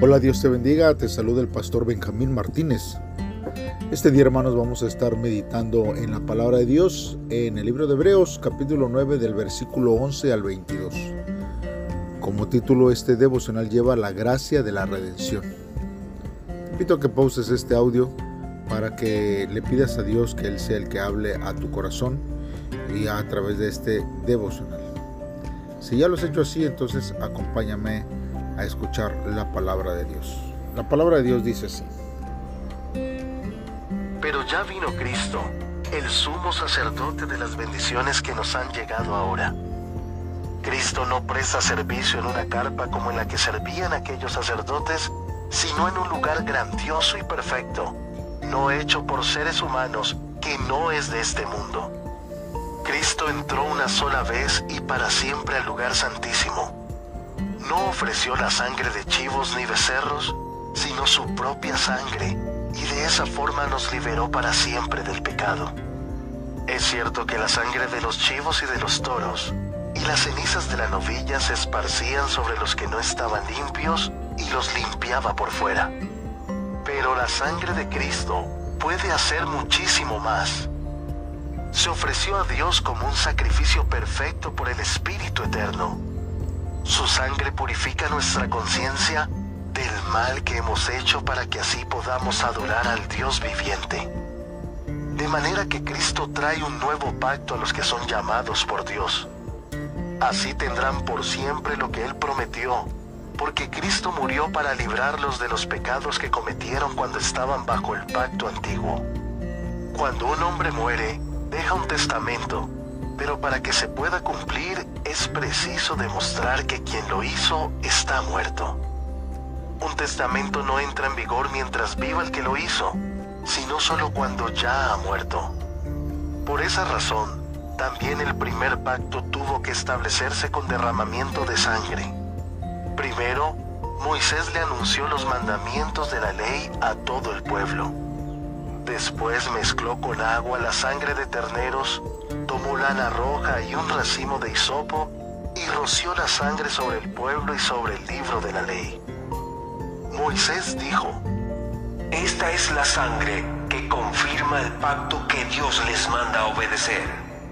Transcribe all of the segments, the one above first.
Hola, Dios te bendiga, te saluda el pastor Benjamín Martínez. Este día, hermanos, vamos a estar meditando en la palabra de Dios en el libro de Hebreos, capítulo 9, del versículo 11 al 22. Como título, este devocional lleva la gracia de la redención. Te invito a que pauses este audio para que le pidas a Dios que Él sea el que hable a tu corazón y a través de este devocional. Si ya lo has hecho así, entonces acompáñame a escuchar la palabra de Dios. La palabra de Dios dice así: Pero ya vino Cristo, el sumo sacerdote de las bendiciones que nos han llegado ahora. Cristo no presta servicio en una carpa como en la que servían aquellos sacerdotes, sino en un lugar grandioso y perfecto, no hecho por seres humanos, que no es de este mundo. Cristo entró una sola vez y para siempre al lugar santísimo. No ofreció la sangre de chivos ni becerros, sino su propia sangre, y de esa forma nos liberó para siempre del pecado. Es cierto que la sangre de los chivos y de los toros, y las cenizas de la novilla se esparcían sobre los que no estaban limpios, y los limpiaba por fuera. Pero la sangre de Cristo puede hacer muchísimo más. Se ofreció a Dios como un sacrificio perfecto por el Espíritu Eterno. Su sangre purifica nuestra conciencia del mal que hemos hecho para que así podamos adorar al Dios viviente. De manera que Cristo trae un nuevo pacto a los que son llamados por Dios. Así tendrán por siempre lo que Él prometió, porque Cristo murió para librarlos de los pecados que cometieron cuando estaban bajo el pacto antiguo. Cuando un hombre muere, deja un testamento, pero para que se pueda cumplir es preciso demostrar que quien lo hizo está muerto. Un testamento no entra en vigor mientras viva el que lo hizo, sino solo cuando ya ha muerto. Por esa razón, también el primer pacto tuvo que establecerse con derramamiento de sangre. Primero, Moisés le anunció los mandamientos de la ley a todo el pueblo. Después mezcló con agua la sangre de terneros, tomó lana roja y un racimo de hisopo y roció la sangre sobre el pueblo y sobre el libro de la ley. Moisés dijo: Esta es la sangre que confirma el pacto que Dios les manda a obedecer.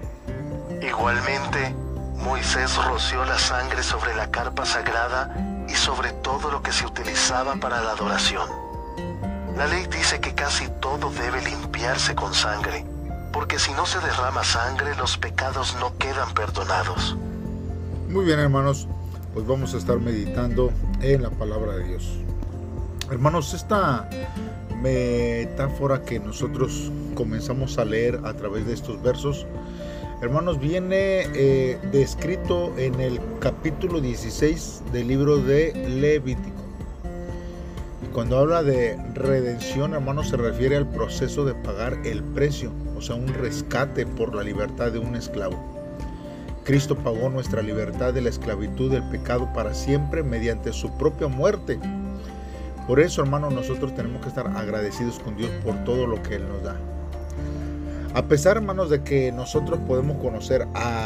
Igualmente, Moisés roció la sangre sobre la carpa sagrada y sobre todo lo que se utilizaba para la adoración. La ley dice que casi todo debe limpiarse con sangre, porque si no se derrama sangre, los pecados no quedan perdonados. Muy bien, hermanos, pues vamos a estar meditando en la palabra de Dios. Hermanos, esta metáfora que nosotros comenzamos a leer a través de estos versos, hermanos, viene descrito en el capítulo 16 del libro de Levítico. Cuando habla de redención, hermanos, se refiere al proceso de pagar el precio, o sea, un rescate por la libertad de un esclavo. Cristo pagó nuestra libertad de la esclavitud del pecado para siempre mediante su propia muerte. Por eso, hermanos, nosotros tenemos que estar agradecidos con Dios por todo lo que Él nos da. A pesar, hermanos, de que nosotros podemos conocer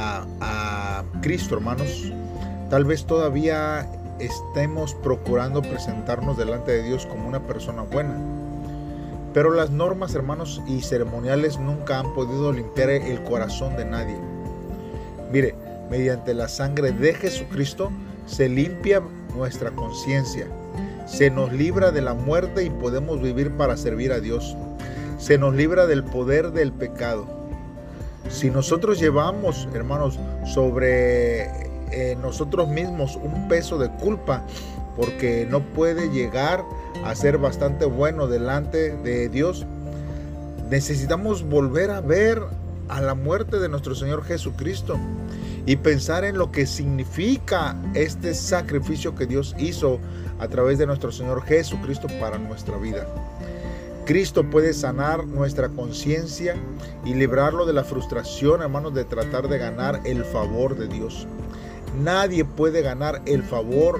a Cristo, hermanos, tal vez todavía estemos procurando presentarnos delante de Dios como una persona buena. Pero las normas, hermanos, y ceremoniales nunca han podido limpiar el corazón de nadie. Mire, mediante la sangre de Jesucristo se limpia nuestra conciencia. Se nos libra de la muerte y podemos vivir para servir a Dios. Se nos libra del poder del pecado. Si nosotros llevamos, hermanos, sobre nosotros mismos un peso de culpa, porque no puede llegar a ser bastante bueno delante de Dios, necesitamos volver a ver a la muerte de nuestro Señor Jesucristo y pensar en lo que significa este sacrificio que Dios hizo a través de nuestro Señor Jesucristo para nuestra vida. Cristo puede sanar nuestra conciencia y librarlo de la frustración, hermanos, de tratar de ganar el favor de Dios. Nadie puede ganar el favor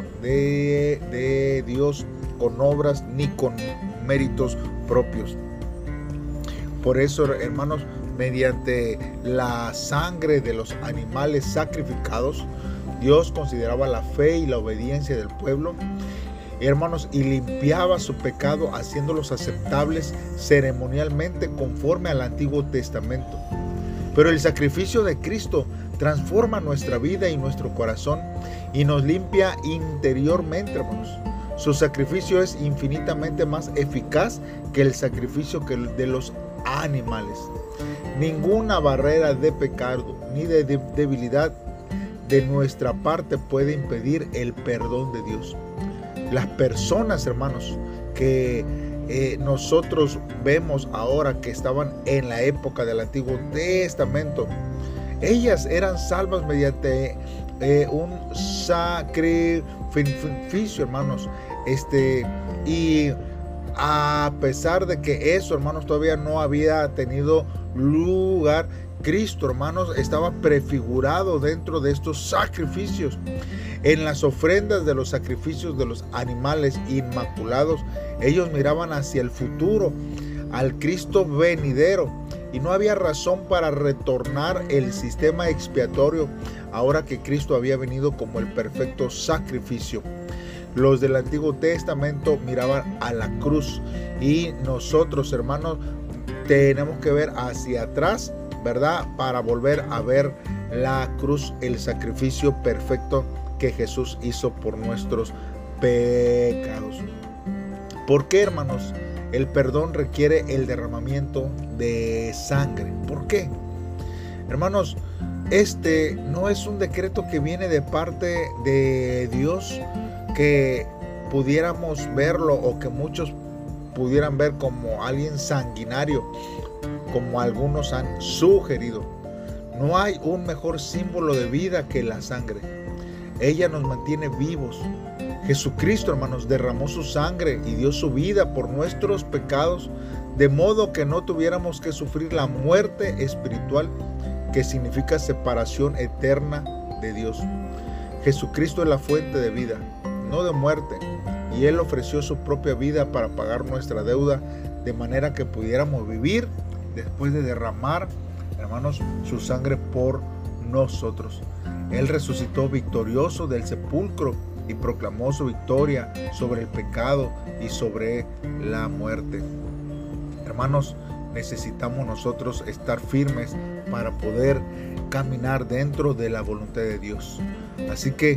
de Dios con obras ni con méritos propios. Por eso, hermanos, mediante la sangre de los animales sacrificados, Dios consideraba la fe y la obediencia del pueblo hermanos, y limpiaba su pecado, haciéndolos aceptables ceremonialmente conforme al Antiguo Testamento. Pero el sacrificio de Cristo transforma nuestra vida y nuestro corazón y nos limpia interiormente, hermanos. Su sacrificio es infinitamente más eficaz que el sacrificio de los animales. Ninguna barrera de pecado ni de debilidad de nuestra parte puede impedir el perdón de Dios. Las personas, hermanos, que nosotros vemos ahora que estaban en la época del Antiguo Testamento, ellas eran salvas mediante un sacrificio, hermanos. Y a pesar de que eso, hermanos, todavía no había tenido lugar, Cristo, hermanos, estaba prefigurado dentro de estos sacrificios. En las ofrendas de los sacrificios de los animales inmaculados, ellos miraban hacia el futuro, al Cristo venidero, y no había razón para retornar el sistema expiatorio ahora que Cristo había venido como el perfecto sacrificio. Los del Antiguo Testamento miraban a la cruz, y nosotros, hermanos, tenemos que ver hacia atrás, ¿verdad? Para volver a ver la cruz, el sacrificio perfecto que Jesús hizo por nuestros pecados. ¿Por qué, hermanos, el perdón requiere el derramamiento de sangre? ¿Por qué? Hermanos, este no es un decreto que viene de parte de Dios, que pudiéramos verlo o que muchos pudieran ver como alguien sanguinario, como algunos han sugerido. No hay un mejor símbolo de vida que la sangre. Ella nos mantiene vivos. Jesucristo, hermanos, derramó su sangre y dio su vida por nuestros pecados, de modo que no tuviéramos que sufrir la muerte espiritual, que significa separación eterna de Dios. Jesucristo es la fuente de vida, no de muerte, y Él ofreció su propia vida para pagar nuestra deuda, de manera que pudiéramos vivir después de derramar, hermanos, su sangre por nosotros. Él resucitó victorioso del sepulcro y proclamó su victoria sobre el pecado y sobre la muerte. Hermanos, necesitamos nosotros estar firmes para poder caminar dentro de la voluntad de Dios. Así que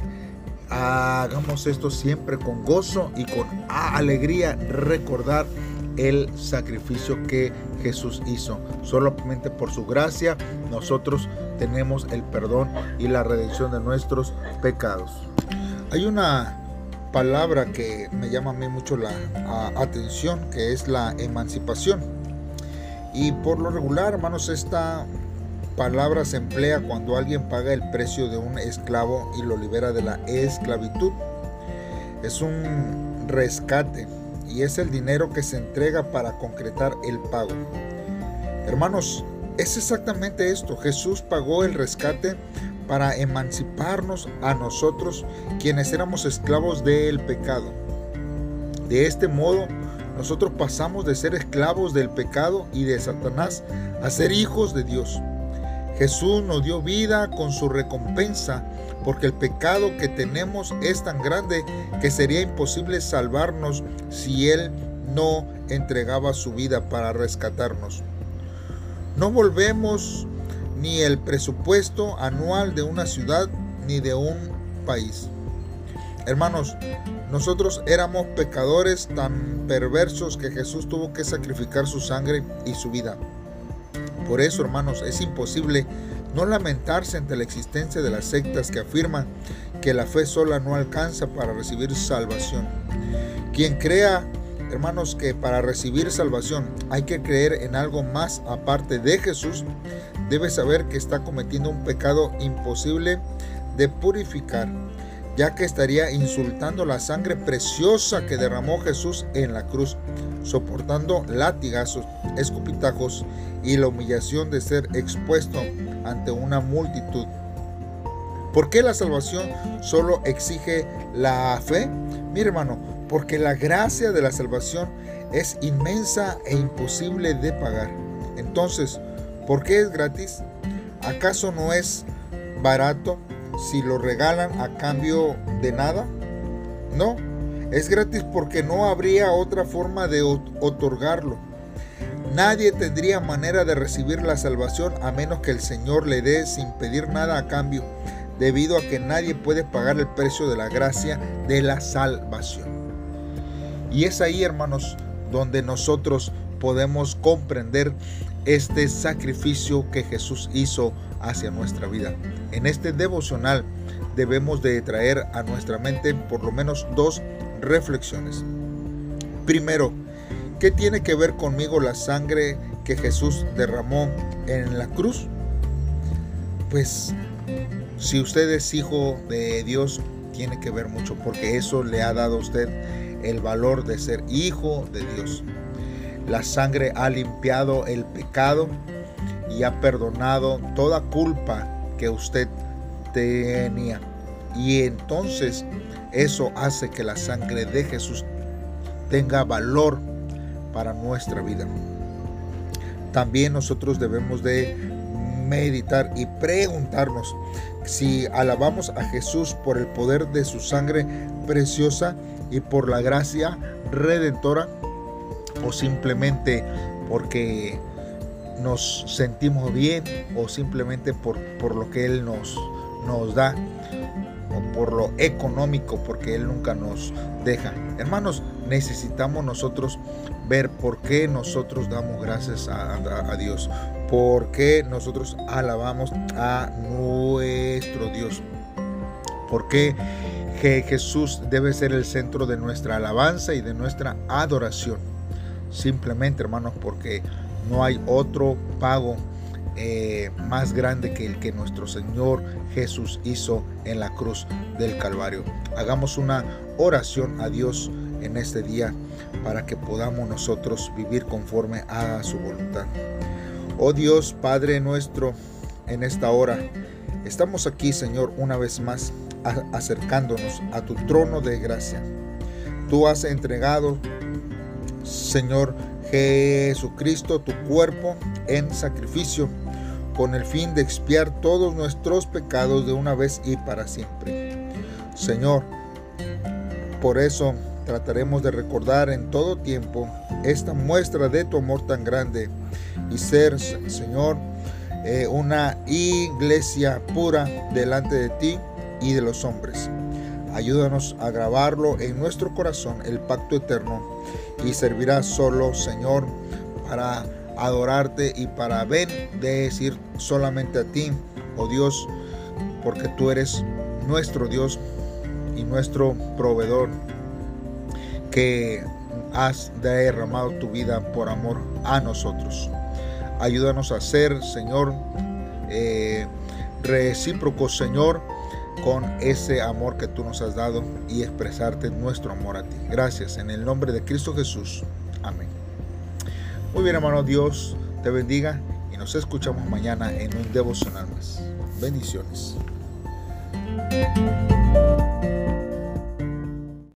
hagamos esto siempre con gozo y con alegría, recordar el sacrificio que Jesús hizo. Solamente por su gracia nosotros tenemos el perdón y la redención de nuestros pecados. Hay una palabra que me llama a mí mucho la atención, que es la emancipación. Y por lo regular, hermanos, esta palabra se emplea cuando alguien paga el precio de un esclavo y lo libera de la esclavitud. Es un rescate y es el dinero que se entrega para concretar el pago. Hermanos, es exactamente esto. Jesús pagó el rescate para emanciparnos a nosotros, quienes éramos esclavos del pecado. De este modo, nosotros pasamos de ser esclavos del pecado y de Satanás a ser hijos de Dios. Jesús nos dio vida con su recompensa, porque el pecado que tenemos es tan grande que sería imposible salvarnos si Él no entregaba su vida para rescatarnos. No volvemos ni el presupuesto anual de una ciudad ni de un país. Hermanos, nosotros éramos pecadores tan perversos que Jesús tuvo que sacrificar su sangre y su vida. Por eso, hermanos, es imposible no lamentarse ante la existencia de las sectas que afirman que la fe sola no alcanza para recibir salvación. Quien crea, hermanos, que para recibir salvación hay que creer en algo más aparte de Jesús, debe saber que está cometiendo un pecado imposible de purificar, ya que estaría insultando la sangre preciosa que derramó Jesús en la cruz, soportando latigazos, escupitajos y la humillación de ser expuesto ante una multitud. ¿Por qué la salvación solo exige la fe? Mi hermano, porque la gracia de la salvación es inmensa e imposible de pagar. Entonces, ¿por qué es gratis? ¿Acaso no es barato si lo regalan a cambio de nada? No, Es gratis porque no habría otra forma de otorgarlo. Nadie tendría manera de recibir la salvación a menos que el Señor le dé sin pedir nada a cambio, debido a que nadie puede pagar el precio de la gracia de la salvación. Y es ahí, hermanos, donde nosotros podemos comprender este sacrificio que Jesús hizo hacia nuestra vida. En este devocional debemos de traer a nuestra mente por lo menos 2 reflexiones. Primero, ¿qué tiene que ver conmigo la sangre que Jesús derramó en la cruz? Pues si usted es hijo de Dios, tiene que ver mucho, porque eso le ha dado a usted el valor de ser hijo de Dios. La sangre ha limpiado el pecado y ha perdonado toda culpa que usted tenía. Y entonces eso hace que la sangre de Jesús tenga valor para nuestra vida. También nosotros debemos de meditar y preguntarnos si alabamos a Jesús por el poder de su sangre preciosa y por la gracia redentora, o simplemente porque nos sentimos bien, o simplemente por lo que Él nos da, o por lo económico, porque Él nunca nos deja. Hermanos, necesitamos nosotros ver por qué nosotros damos gracias a Dios, por qué nosotros alabamos a nuestro Dios, por qué Jesús debe ser el centro de nuestra alabanza y de nuestra adoración. Simplemente, hermanos, porque no hay otro pago más grande que el que nuestro Señor Jesús hizo en la cruz del Calvario. Hagamos una oración a Dios en este día para que podamos nosotros vivir conforme a su voluntad. Oh Dios, Padre nuestro, en esta hora estamos aquí, Señor, una vez más acercándonos a tu trono de gracia. Tú has entregado, Señor Jesucristo, tu cuerpo en sacrificio con el fin de expiar todos nuestros pecados de una vez y para siempre. Señor, por eso trataremos de recordar en todo tiempo esta muestra de tu amor tan grande y ser, Señor, una iglesia pura delante de ti y de los hombres. Ayúdanos a grabarlo en nuestro corazón, el pacto eterno, y servirá solo, Señor, para adorarte y para bendecir solamente a ti, oh Dios, porque tú eres nuestro Dios y nuestro proveedor, que has derramado tu vida por amor a nosotros. Ayúdanos a ser, Señor, recíprocos, Señor, con ese amor que tú nos has dado y expresarte nuestro amor a ti. Gracias, en el nombre de Cristo Jesús. Amén. Muy bien, hermano, Dios te bendiga y nos escuchamos mañana en un devocional más. Bendiciones.